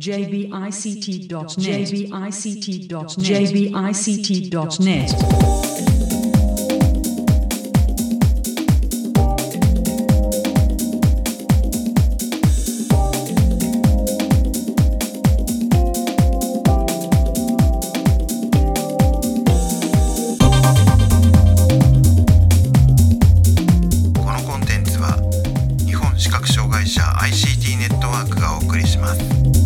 jbict.net 視覚障害者 ICT ネットワークがお送りします。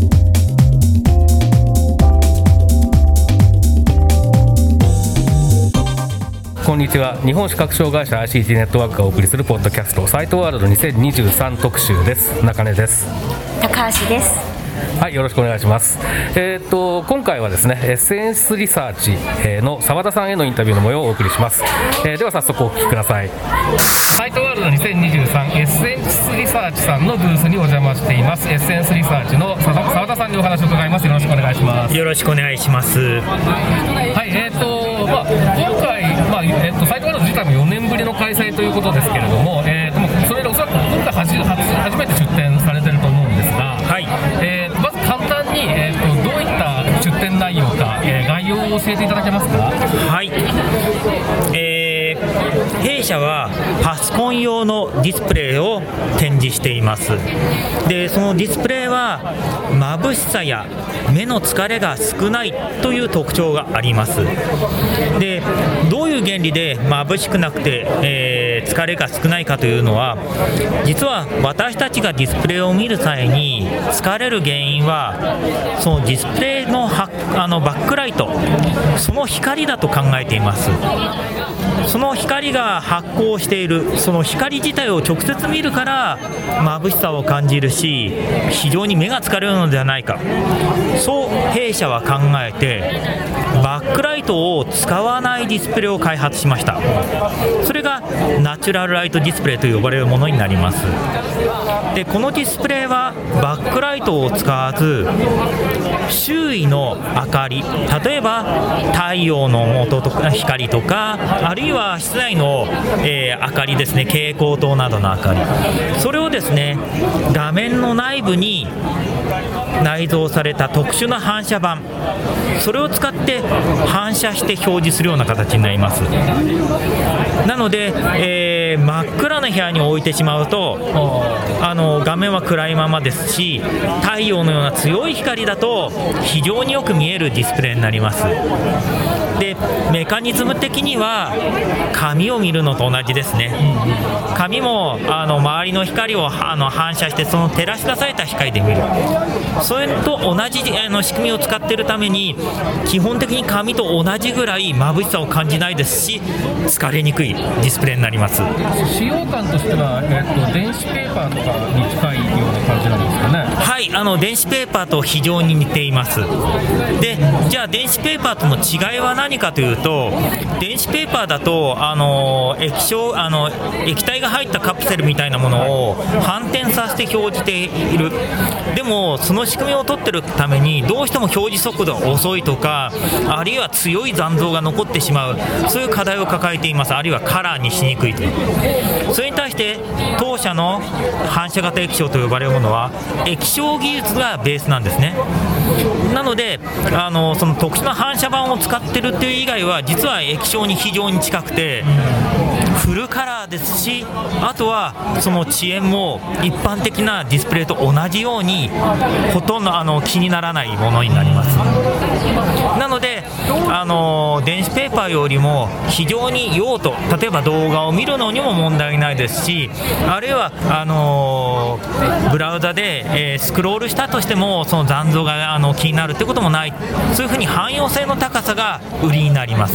こんにちは。日本視覚障害者 ICT ネットワークがお送りするポッドキャストサイトワールド2023特集です。中根です。 高橋です。 はい、よろしくお願いします。今回はですね SNS リサーチの澤田さんへのインタビューの模様をお送りします。では早速お聞きください。サイトワールド 2023 SNS リサーチさんのブースにお邪魔しています。 SNS リサーチの澤田さんにお話を伺います。よろしくお願いします。 よろしくお願いします。 はい、今回、サイトワールド自体も4年ぶりの開催ということですけれども、それでおそらく今回初めて出展されていると思うんですが、はい、まず簡単に、どういった出展内容か、概要を教えていただけますか。 はい、弊社はパソコン用のディスプレイを展示しています。で、そのディスプレイは眩しさや目の疲れが少ないという特徴があります。で、どういう原理で眩しくなくて、疲れが少ないかというのは、実は私たちがディスプレイを見る際に疲れる原因はそのディスプレイのバックライト、その光だと考えています。その光が発光している、その光自体を直接見るから眩しさを感じるし、非常に目が疲れるのではないか、そう弊社は考えてバックライトを使わないディスプレイを開発しました。それがナチュラルライトディスプレイと呼ばれるものになります。で、このディスプレイはバックライトを使わず周囲の明かり、例えば太陽の元とか光とか、あるいは室内の、明かりですね、蛍光灯などの明かり、それをですね画面の内部に内蔵された特殊な反射板、それを使って反射して表示するような形になります。なので、真っ暗な部屋に置いてしまうと画面は暗いままですし、太陽のような強い光だと非常によく見えるディスプレイになります。で、メカニズム的には紙を見るのと同じですね。紙も周りの光を反射して、その照らし出された光で見る、それと同じ仕組みを使っているために、基本的に紙と同じぐらい眩しさを感じないですし、疲れにくいディスプレイになります。 使用感としては、電子ペーパーとかに近いような感じなんですかね。 はい、電子ペーパーと非常に似ています。で、じゃあ電子ペーパーとの違いは何かというと、電子ペーパーだと液体が入ったカプセルみたいなものを反転させて表示している。でもその仕組みを取っているためにどうしても表示速度が遅いとか、あるいは強い残像が残ってしまう、そういう課題を抱えています。あるいはカラーにしにくいと。それに対して当社の反射型液晶と呼ばれるものは液晶技術がベースなんですね。なのでその特殊な反射板を使っているという以外は、実は液晶に非常に近くてフルカラーですし、あとはその遅延も一般的なディスプレイと同じようにほとんど気にならないものになります。なので電子ペーパーよりも非常に用途、例えば動画を見るのにも問題ないですし、あるいはブラウザで、スクロールしたとしてもその残像が気になるってこともない、そういうふうに汎用性の高さが売りになります。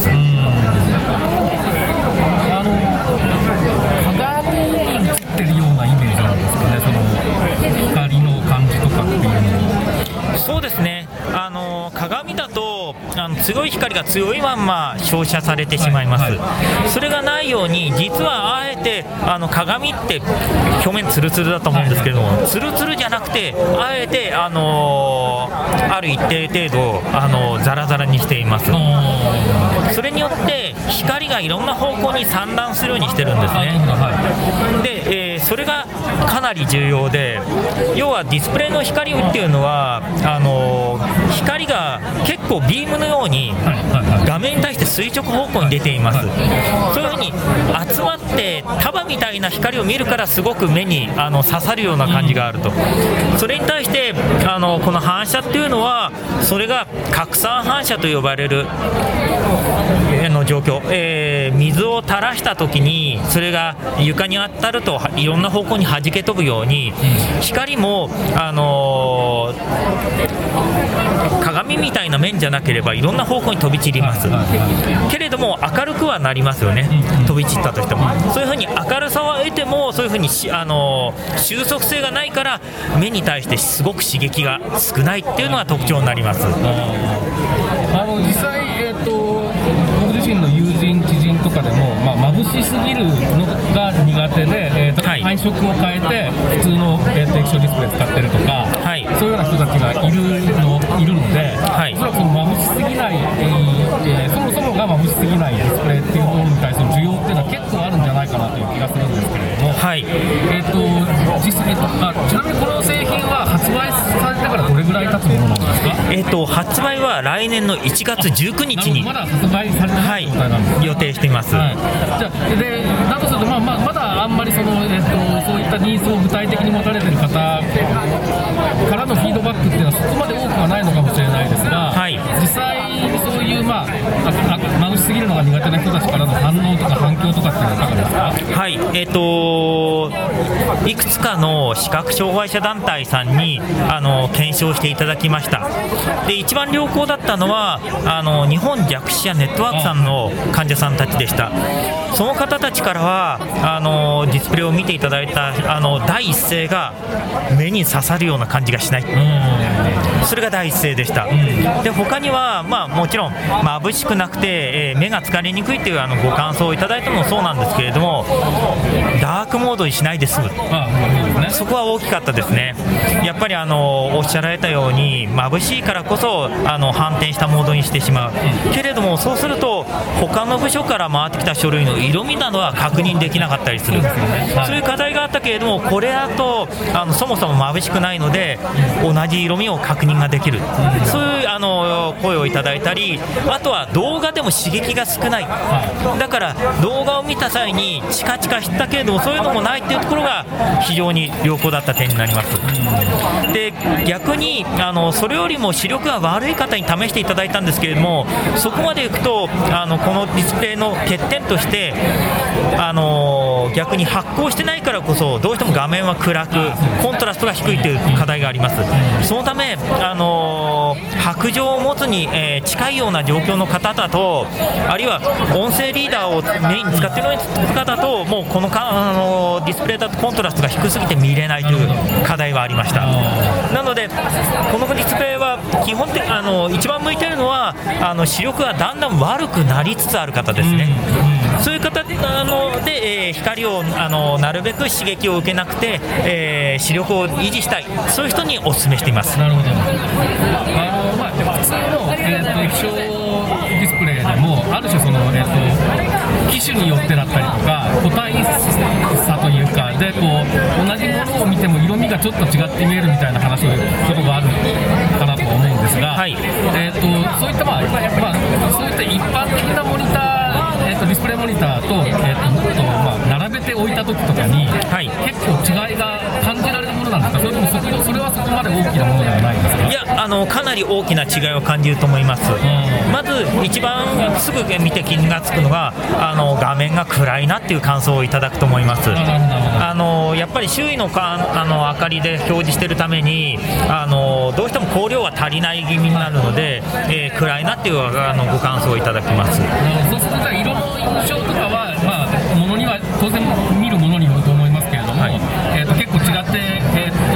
鏡に映ってるようなイメージなんですかね、その光の感じとかっていうのも。 そうですね、鏡だと強い光が強いまんま照射されてしまいます。それがないように、実はあえて鏡って表面ツルツルだと思うんですけれども、ツルツルじゃなくて、あえてある一定程度ザラザラにしています。それによって光がいろんな方向に散乱するようにしてるんですね。で、それがかなり重要で、要はディスプレイの光っていうのは光が結構ビームのように画面に対して垂直方向に出ています。そういうふうに集まって束みたいな光を見るからすごく目に刺さるような感じがあると。それに対してこの反射っていうのはそれが拡散反射と呼ばれるの状況、水を垂らした時にそれが床に当たるといろんな方向に弾け飛ぶように、光も鏡みたいな面じゃなければいろんな方向に飛び散りますけれども、明るくはなりますよね。飛び散ったとしてもそういうふうに明るさは得ても、そういうふうに収束性がないから目に対してすごく刺激が少ないっていうのが特徴になります。 実際、僕自身の友人知人とかでも、眩しすぎるのが苦手で、配色を変えて普通の、液晶ディスプレイ使ってるとか、そういうような人たちがいるので、おそらくその眩しすぎない、そもそもが眩しすぎないディスプレイっていうものに対する需要っていうのは結構あるんじゃないかなという気がするんですけれども、実際、ちなみにこの製品は発売されてからどれぐらい経つものなんですか？ 発売は来年の1月19日にまだ発売されてない状態なんですか？ 予定しています。 じゃあでだとすると、まだあんまりそういったニーズを具体的に持たれている方からのフィードバックっていうのはそこまで多くはないのかもしれないですが、実際にそういう眩しすぎるのが苦手な人たちからの反応とか反響とかっていうのはいかがですか？ いくつかの視覚障害者団体さんに検証していただきました。で、一番良好だったのは日本弱視者ネットワークさんの患者さんたちでした。その方たちからはディスプレイを見ていただいた第一声が目に刺さるような感じがしない、それが第一声でした。で、他には、もちろん眩しくなくて、目が疲れにくいというご感想をいただいたのもそうなんですけれども、ダークモードにしないで済む、そこは大きかったですね。やっぱりおっしゃられたように眩しいからこそ反転したモードにしてしまう、けれどもそうすると他の部署から回ってきた書類の色味などは確認できなかったりする、そういう課題があったけれども、これだとそもそも眩しくないので同じ色味を確認ができる、そういう声をいただいたり、あとは動画でも刺激が少ない、だから動画を見た際にチカチカしたけれどもそういうのもないっていうところが非常に良好だった点になります。で、逆にそれよりも視力が悪い方に試していただいたんですけれども、そこまでいくとこのディスプレイの欠点として逆に発光してないからこそどうしても画面は暗くコントラストが低いという課題があります。そのため白杖を持つに、近いような状況の方だと、あるいは音声リーダーをメインに使っている方だと、もうこのディスプレイだとコントラストが低すぎて見れないという課題はありました。なのでこのディスプレイは基本的一番向いているのは視力がだんだん悪くなりつつある方ですね。そういう方で、光をなるべく刺激を受けなくて、視力を維持したい、そういう人にお勧めしています。 なるほど。普通の、液晶ディスプレイでもある種機種によってだったりとか個体差というかで同じものを見ても色味がちょっと違って見えるみたいな話を聞くことがあるかなと思うんですが、そういったそういった一般的なモニター、ディスプレイモニターと、並べて置いた時とかに、結構違いが感じられるものなんですか？それともそれはそこまで大きなものではないんですか？ いや、かなり大きな違いを感じると思います。まず一番すぐ見て気がつくのが画面が暗いなっていう感想をいただくと思います。やっぱり周囲の明かりで表示しているためにどうしても光量は足りない気味になるので、暗いなっていうご感想をいただきます。 そうすると色の印象とかは、ものには当然見るものによると思いますけれども、結構違った印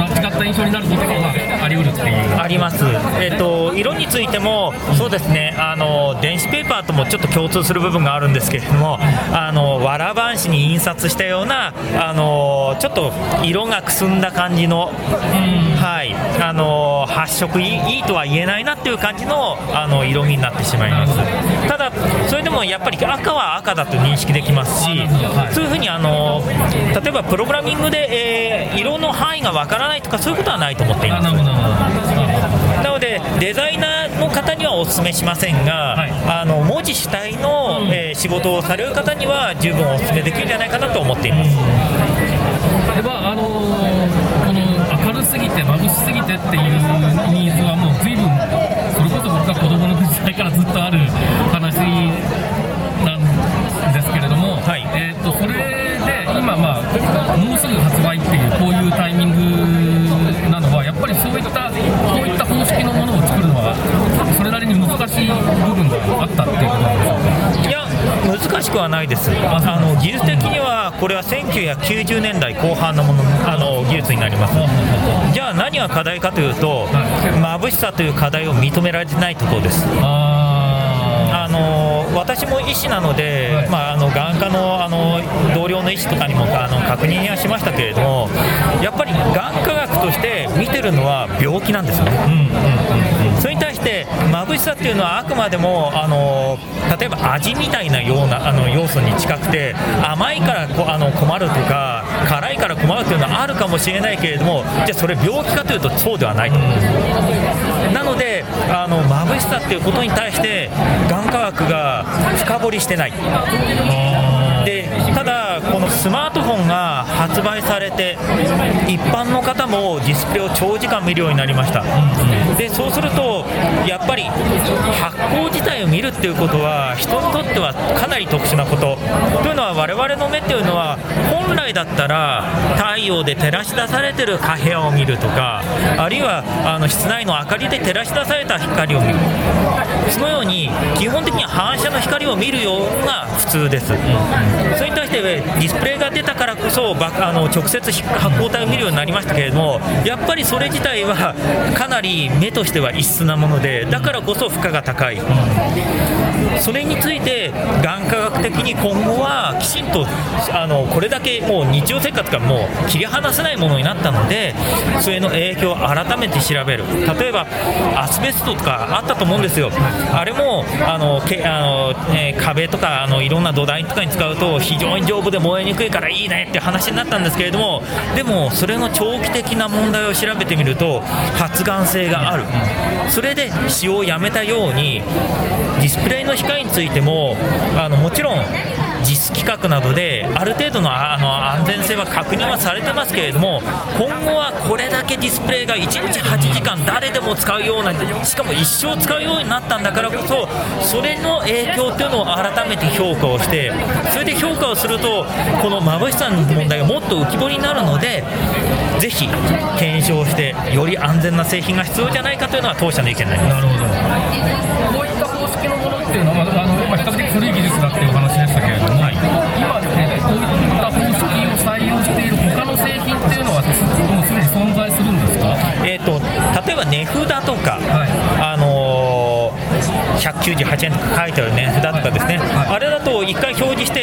印象になることが、あり得るっていう。 あります。色についてもそうですね、電子ペーパーともちょっと共通する部分があるんですけれども、わら半紙に印刷したようなちょっと色がくすんだ感じの、はい、発色いいとは言えないなっていう感じの色味になってしまいます。ただそれでもやっぱり赤は赤だと認識できますし、そういうふうに例えばプログラミングで、色の範囲がわからないとかそういうことはないと思っています。なのでデザイナーの方にはお勧めしませんが、文字主体の、仕事をされる方には十分お勧めできるんじゃないかなと思っています。 この明るすぎて眩しすぎてっていうニーズはもう随分、それこそ僕が子供の時代からずっとある話なんですけれども、それで今、もうすぐ発売っていうこういうタイミングなのはやっぱりこういった方式のものを作るのはそれなりに難しい部分があったっていうことなんでしょうか。 いや、難しくはないです。技術的にはこれは1990年代後半のもの技術になります。じゃあ何が課題かというと、眩しさという課題を認められてないところです。私も医師なので、眼科の同僚の医師とかにも確認はしましたけれども、やっぱり眼科学として見てるのは病気なんですよね。それに対して眩しさっていうのはあくまでも例えば味みたいなような要素に近くて、甘いから困るとか辛いから困るというのはあるかもしれないけれども、じゃあそれ病気かというとそうではないと思います。なので眩しさっていうことに対して眼科学が深掘りしてない。でただこのスマートフォンが発売されて一般の方もディスプレイを長時間見るようになりました。でそうするとやっぱり発光自体を見るっていうことは人にとってはかなり特殊なことというのは、我々の目っていうのは本来だったら太陽で照らし出されてる部屋を見るとか、あるいは室内の明かりで照らし出された光を見る、そのように基本的には反射の光を見るようが普通です。それに対してディスプレイが出たからこそ直接発光体を見るようになりましたけれども、やっぱりそれ自体はかなり目としては異質なもので、だからこそ負荷が高い。それについて眼科学的に今後はきちんとこれだけもう日常生活がもう切り離せないものになったので、それの影響を改めて調べる。例えばアスベストとかあったと思うんですよ。あれも壁とかいろんな土台とかに使うと非常に丈夫で燃えにくいからいいねって話になったんですけれども、でもそれの長期的な問題を調べてみると発がん性がある。それで使用をやめたようにディスプレイの光についてももちろん実規格などである程度の安全性は確認はされてますけれども、今後はこれだけディスプレイが1日8時間誰でも使うような、しかも一生使うようになったんだからこそ、それの影響というのを改めて評価をして、それで評価をするとこの眩しさの問題がもっと浮き彫りになるので、ぜひ検証してより安全な製品が必要じゃないかというのは当社の意見になります。 なるほど。こういった方式のものっていうのは、比較的古い技術だっていうお話でしたけれども、今ですね、こういった方式を採用している他の製品っていうのはもうすでに存在するんですか？ 例えば値札とか、198円とか書いてある値札とかですね、あれだと1回表示して、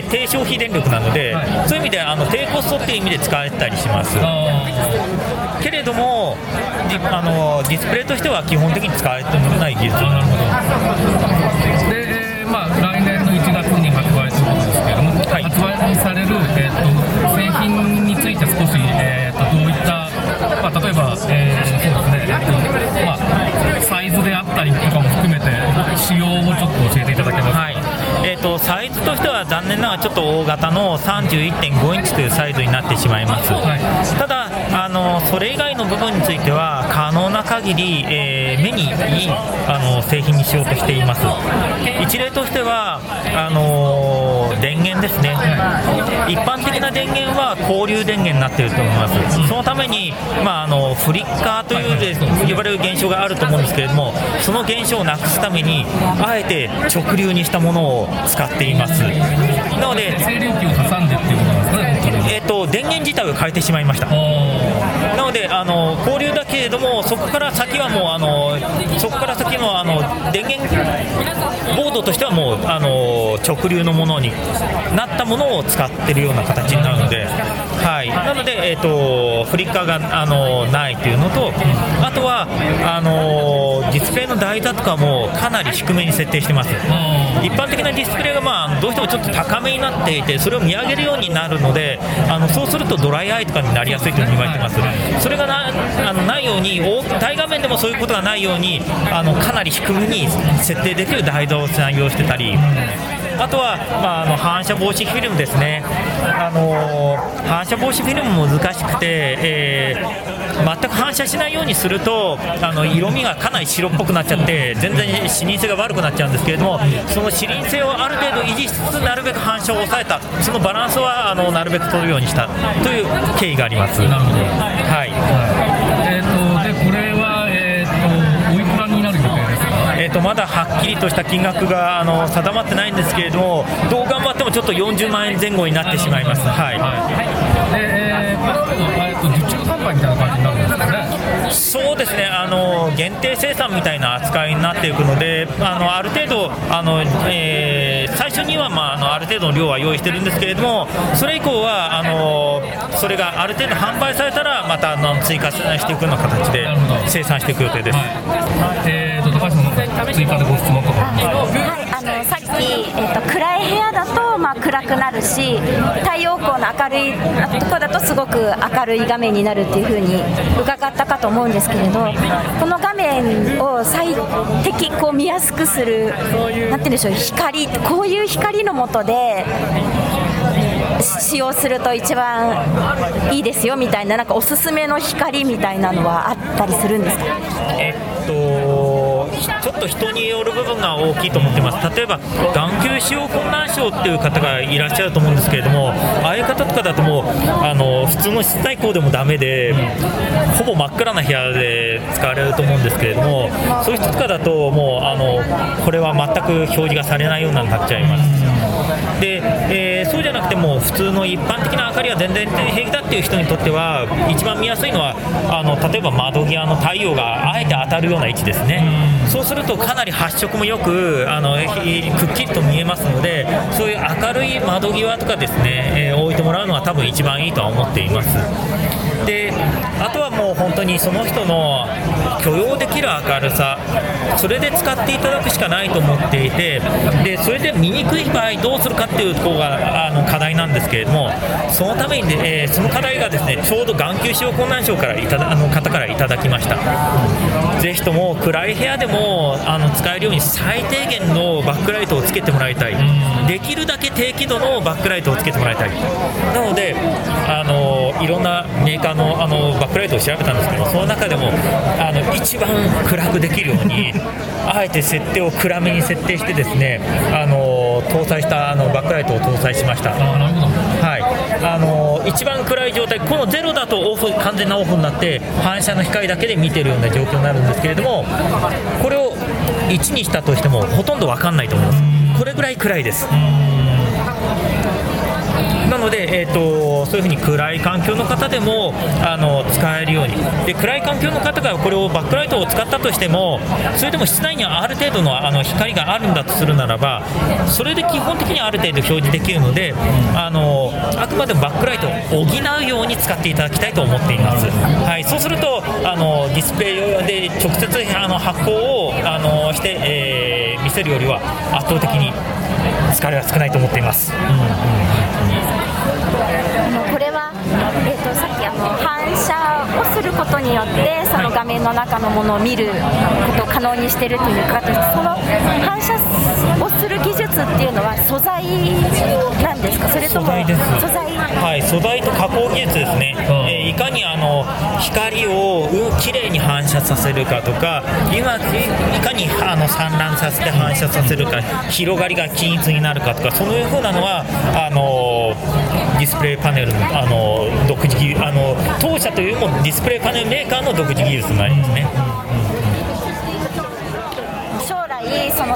低消費電力なので、そういう意味で低コストっていう意味で使えたりします。けれどもディスプレイとしては基本的に使われてない技術。 なるほど。で、来年の1月に発売ということですけれども、発売される、製品について少し、どういった、例えば、そうですね、サイズであったりとかも含めて仕様をちょっと教えていただけますか？ サイズとしては残念ながらちょっと大型の 31.5 インチというサイズになってしまいます。ただそれ以外の部分については可能な限り、目にいい製品にしようとしています。一例としては電源ですね。一般的な電源は交流電源になっていると思います。そのために、フリッカーという呼ばれる現象があると思うんですけれども、その現象をなくすためにあえて直流にしたものを使っています。なので静電気を挟んでっていうことなんですかね。 電源自体を変えてしまいました。なので交流だけれども、そこから先はもうそこから先の電源ボードとしてはもう直流のものになったものを使っているような形になるので、はい、なので、フリッカーがないというのと、あとはディスプレイの台座とかもかなり低めに設定してます。一般的なディスプレイが、どうしてもちょっと高めになっていて、それを見上げるようになるので、そうするとドライアイとかになりやすいというふうに言われてます。それがないように、大画面でもそういうことがないようにかなり低めに設定できる台座を採用してたり、あとは、反射防止フィルムですね。反射防止フィルムも難しくて、全く反射しないようにすると色味がかなり白っぽくなっちゃって全然視認性が悪くなっちゃうんですけれども、その視認性をある程度維持しつつなるべく反射を抑えた、そのバランスはなるべく取るようにしたという経緯があります。なるほど、はい。 でこれは、おいくらになる予定ですか？ まだはっきりとした金額が定まってないんですけれども、どう頑張ってもちょっと40万円前後になってしまいます。はい。 受注販売みたいな感じになるんですかね？ そうですね、限定生産みたいな扱いになっていくので、ある程度最初には、ある程度の量は用意してるんですけれども、それ以降はそれがある程度販売されたらまた追加していくような形で生産していく予定です。 高橋さんの追加でご質問とか。 さっき、暗い部屋だと、暗くなるし、太陽光の明るいところだとすごく明るい画面になるっていう風に伺ったかと思うんですけれど、この画面を最適見やすくする、なんて言うんでしょう、光、こういう光の下で使用すると一番いいですよみたいな、なんかおすすめの光みたいなのはあったりするんですか？ ちょっと人による部分が大きいと思ってます。例えば眼球使用困難症っていう方がいらっしゃると思うんですけれども、ああいう方とかだともう普通の室内光でもダメで、ほぼ真っ暗な部屋で使われると思うんですけれども、そういう人とかだともうこれは全く表示がされないようになっちゃいます。で、そうじゃなくても普通の一般的な明かりは全然平気だっていう人にとっては一番見やすいのは例えば窓際の太陽があえて当たるような位置ですね。そうするとかなり発色もよくくっきりと見えますので、そういう明るい窓際とかですね、置いてもらうのは多分一番いいとは思っています。で、あとはもう本当にその人の許容できる明るさ、それで使っていただくしかないと思っていて、でそれで見にくい場合どうするかっていうところが課題なんですけれども、そのために、その課題がですね、ちょうど眼球使用困難症から方からいただきました。ぜひとも暗い部屋でも使えるように最低限のバックライトをつけてもらいたい。できるだけ低輝度のバックライトをつけてもらいたい。なのでいろんなメーカーのバックライトを調べたんですけど、その中でも一番暗くできるようにあえて設定を暗めに設定してですね、搭載したバックライトを搭載しました。はい、一番暗い状態、このゼロだと完全なオフになって反射の光だけで見てるような状況になるんですけれども、これを1にしたとしてもほとんど分かんないと思います。これぐらい暗いです。なので、そういうふうに暗い環境の方でも使えるように。で、暗い環境の方がこれをバックライトを使ったとしても、それでも室内にはある程度の光があるんだとするならば、それで基本的にはある程度表示できるので、あくまでもバックライトを補うように使っていただきたいと思っています。はい、そうするとディスプレイ用で直接発光をして、見せるよりは圧倒的に疲れが少ないと思っています。 これは、さっき反射をすることによってその画面の中のものを見ることを可能にしているというか、その反射をする技術っていうのは素材なんですか？それとも素材です。 はい、 素材と加工技術ですね。いかに光をきれいに反射させるかとか、いかに散乱させて反射させるか、広がりが均一になるかとか、そういう風なのはディスプレイパネルの独自技術、当社というよりもディスプレイパネルメーカーの独自技術になりますね。 将来そのスマホ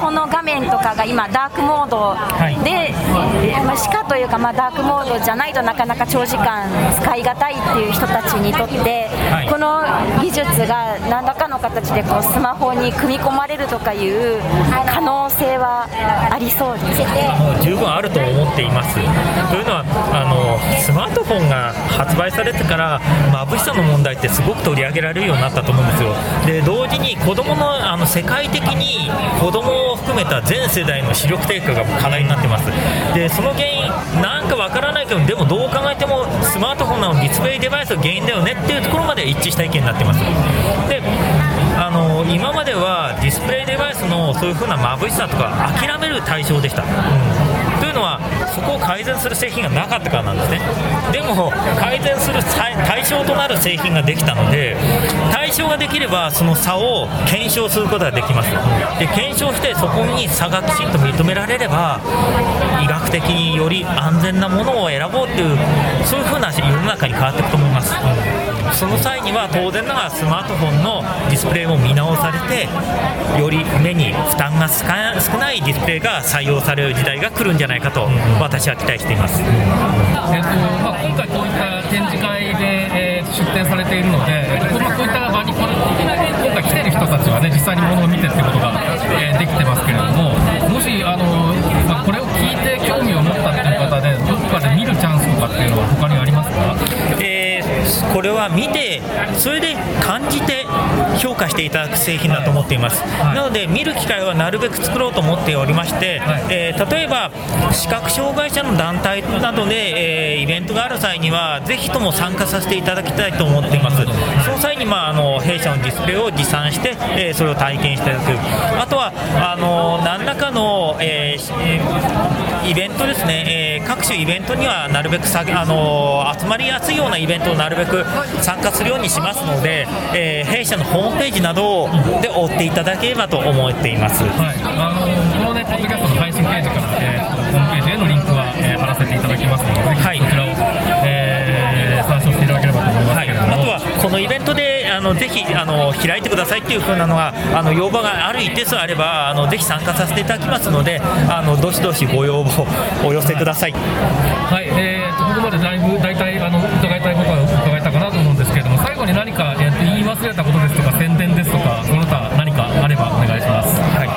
ホの画面とかが今ダークモードで、しかというか、ダークモードじゃないとなかなか長時間使い難いっていう人たちにとって、この技術が何らかの形でこうスマホに組み込まれるとかいう可能性はありそうですね。 十分あると思っています。というのはスマートフォンが発売されてから眩しさの問題ってすごく取り上げられるようになったと思うんですよ。で同時に子どもの世界的に子どもを含めた全世代の視力低下が課題になってます。でその原因なんかわからないけど、でもどう考えてもスマートフォンのディスプレイデバイスが原因だよねっていうところまで一致した意見になってます。で今まではディスプレイデバイスのそういう風な眩しさとか諦める対象でした、というのはそこを改善する製品がなかったからなんですね。でも改善する対象となる製品ができたので、対象ができればその差を検証することができます。で検証してそこに差がきちんと認められれば医学的により安全なものを選ぼうっていう、そういう風な世の中に変わっていくと思います。その際には当然ながらスマートフォンのディスプレイも見直されて、より目に負担が少ないディスプレイが採用される時代が来るんじゃないかと私は期待しています。 今回こういった展示会で、出展されているので、こういった場に今回来ている人たちはね、実際に物を見てってことが、できてますけれども、もしこれを聞いて興味を持ったっていう方でどこかで見るチャンスとかっていうのは他にありますか？ これは見て、それで感じて評価していただく製品だと思っています、なので見る機会はなるべく作ろうと思っておりまして、例えば視覚障害者の団体などで、イベントがある際にはぜひとも参加させていただきたいと思っています。その際に、弊社のディスプレイを持参して、それを体験していただく。あとは何らかの、イベントですね、各種イベントにはなるべく集まりやすいようなイベントをなるべく参加するようにしますので、弊社のホームページなどで追っていただければと思っています。 このね、ポッドキャストの配信ページから、ホームページへのリンクは、貼らせていただきますので、ぜひこちらを、参照していただければと思いますけれども、 あとはこのイベントでぜひ開いてくださいっていう風なのが要望がある一定数あればぜひ参加させていただきますので、どしどしご要望お寄せください。 はい、ここまで大体伺いたいことは伺えたかなと思うんですけれども、最後に何か、言い忘れたことですとか宣伝ですとか、その他何かあればお願いします。 はい、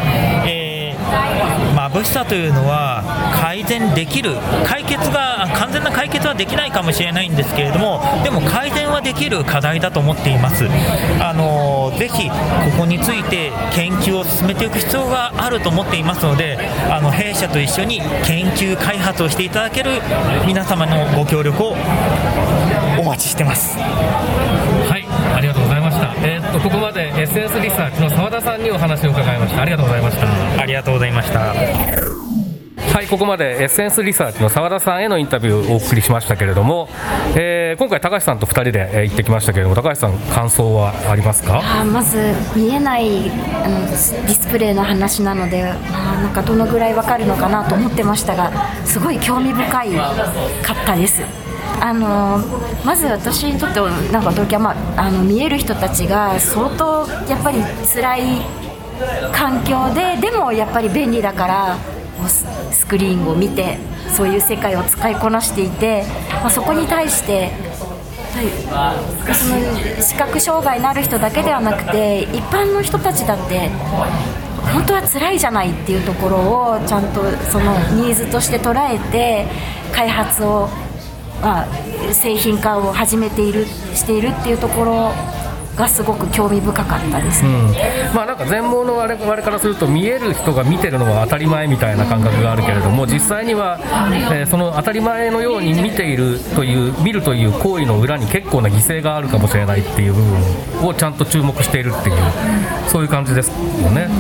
眩しさというのは改善できる、完全な解決はできないかもしれないんですけれども、でも改善はできる課題だと思っています。ぜひここについて研究を進めていく必要があると思っていますので、弊社と一緒に研究開発をしていただける皆様のご協力をお待ちしてます。 はい、ありがとうございました。ここまで SNS リサーチの澤田さんにお話を伺いました。ありがとうございました。 ありがとうございました。 はい、ここまで SNS リサーチの澤田さんへのインタビューをお送りしましたけれども、今回高橋さんと2人で、行ってきましたけれども、高橋さん感想はありますか？ まず見えないディスプレイの話なので、なんかどのぐらいわかるのかなと思ってましたが、すごい興味深かったです。まず私にとってなんか時は、見える人たちが相当やっぱり辛い環境でもやっぱり便利だからスクリーンを見てそういう世界を使いこなしていて、そこに対してその視覚障害のある人だけではなくて一般の人たちだって本当は辛いじゃないっていうところをちゃんとそのニーズとして捉えて開発を製品化をしているっていうところがすごく興味深かったです、 なんか全盲の我々からすると見える人が見てるのが当たり前みたいな感覚があるけれども、実際には、その当たり前のように見るという行為の裏に結構な犠牲があるかもしれないっていう部分をちゃんと注目しているっていう、そういう感じですよね。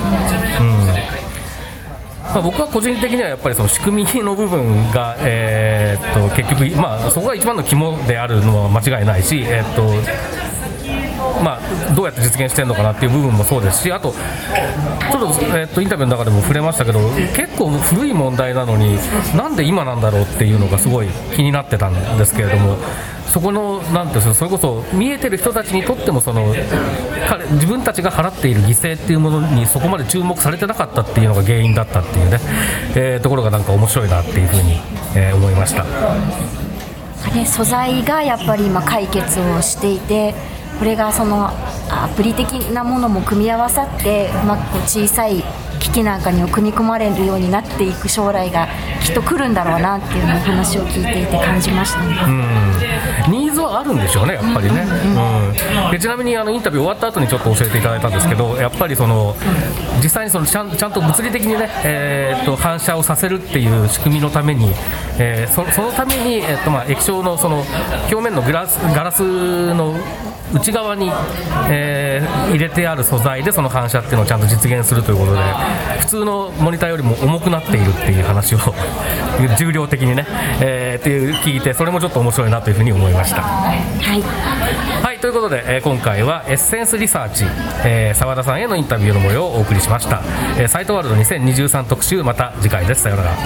僕は個人的にはやっぱりその仕組みの部分が、結局、そこが一番の肝であるのは間違いないし、どうやって実現してるのかなっていう部分もそうですし、あとちょっと、インタビューの中でも触れましたけど、結構古い問題なのになんで今なんだろうっていうのがすごい気になってたんですけれども、 そこのなんていうんですか、それこそ見えてる人たちにとっても自分たちが払っている犠牲っていうものにそこまで注目されてなかったっていうのが原因だったっていうね、ところがなんか面白いなっていうふうに、思いました。 素材がやっぱり今解決をしていて、これがそのアプリ的なものも組み合わさってうまく小さい機器なんかに組み込まれるようになっていく将来がきっと来るんだろうなっていうのを話を聞いていて感じましたね。 ニーズはあるんでしょうね、やっぱりね。でちなみにインタビュー終わった後にちょっと教えていただいたんですけど、やっぱり実際にちゃんと物理的にね、反射をさせるっていう仕組みのために、そのために、液晶の表面のガラスの内側に、入れてある素材でその反射っていうのをちゃんと実現するということで、普通のモニターよりも重くなっているっていう話を重量的にね、っていう聞いて、それもちょっと面白いなというふうに思いました。はい、ということで、今回はエッセンスリサーチ、澤田さんへのインタビューの模様をお送りしました。サイトワールド2023特集、また次回です。さようなら。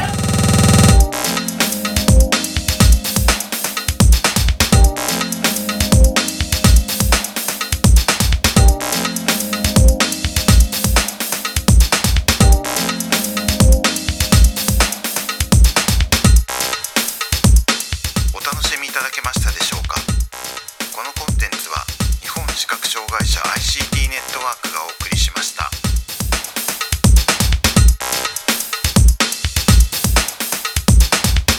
お楽しみいただけましたでしょうか。このコンテンツは日本視覚障害者 ICT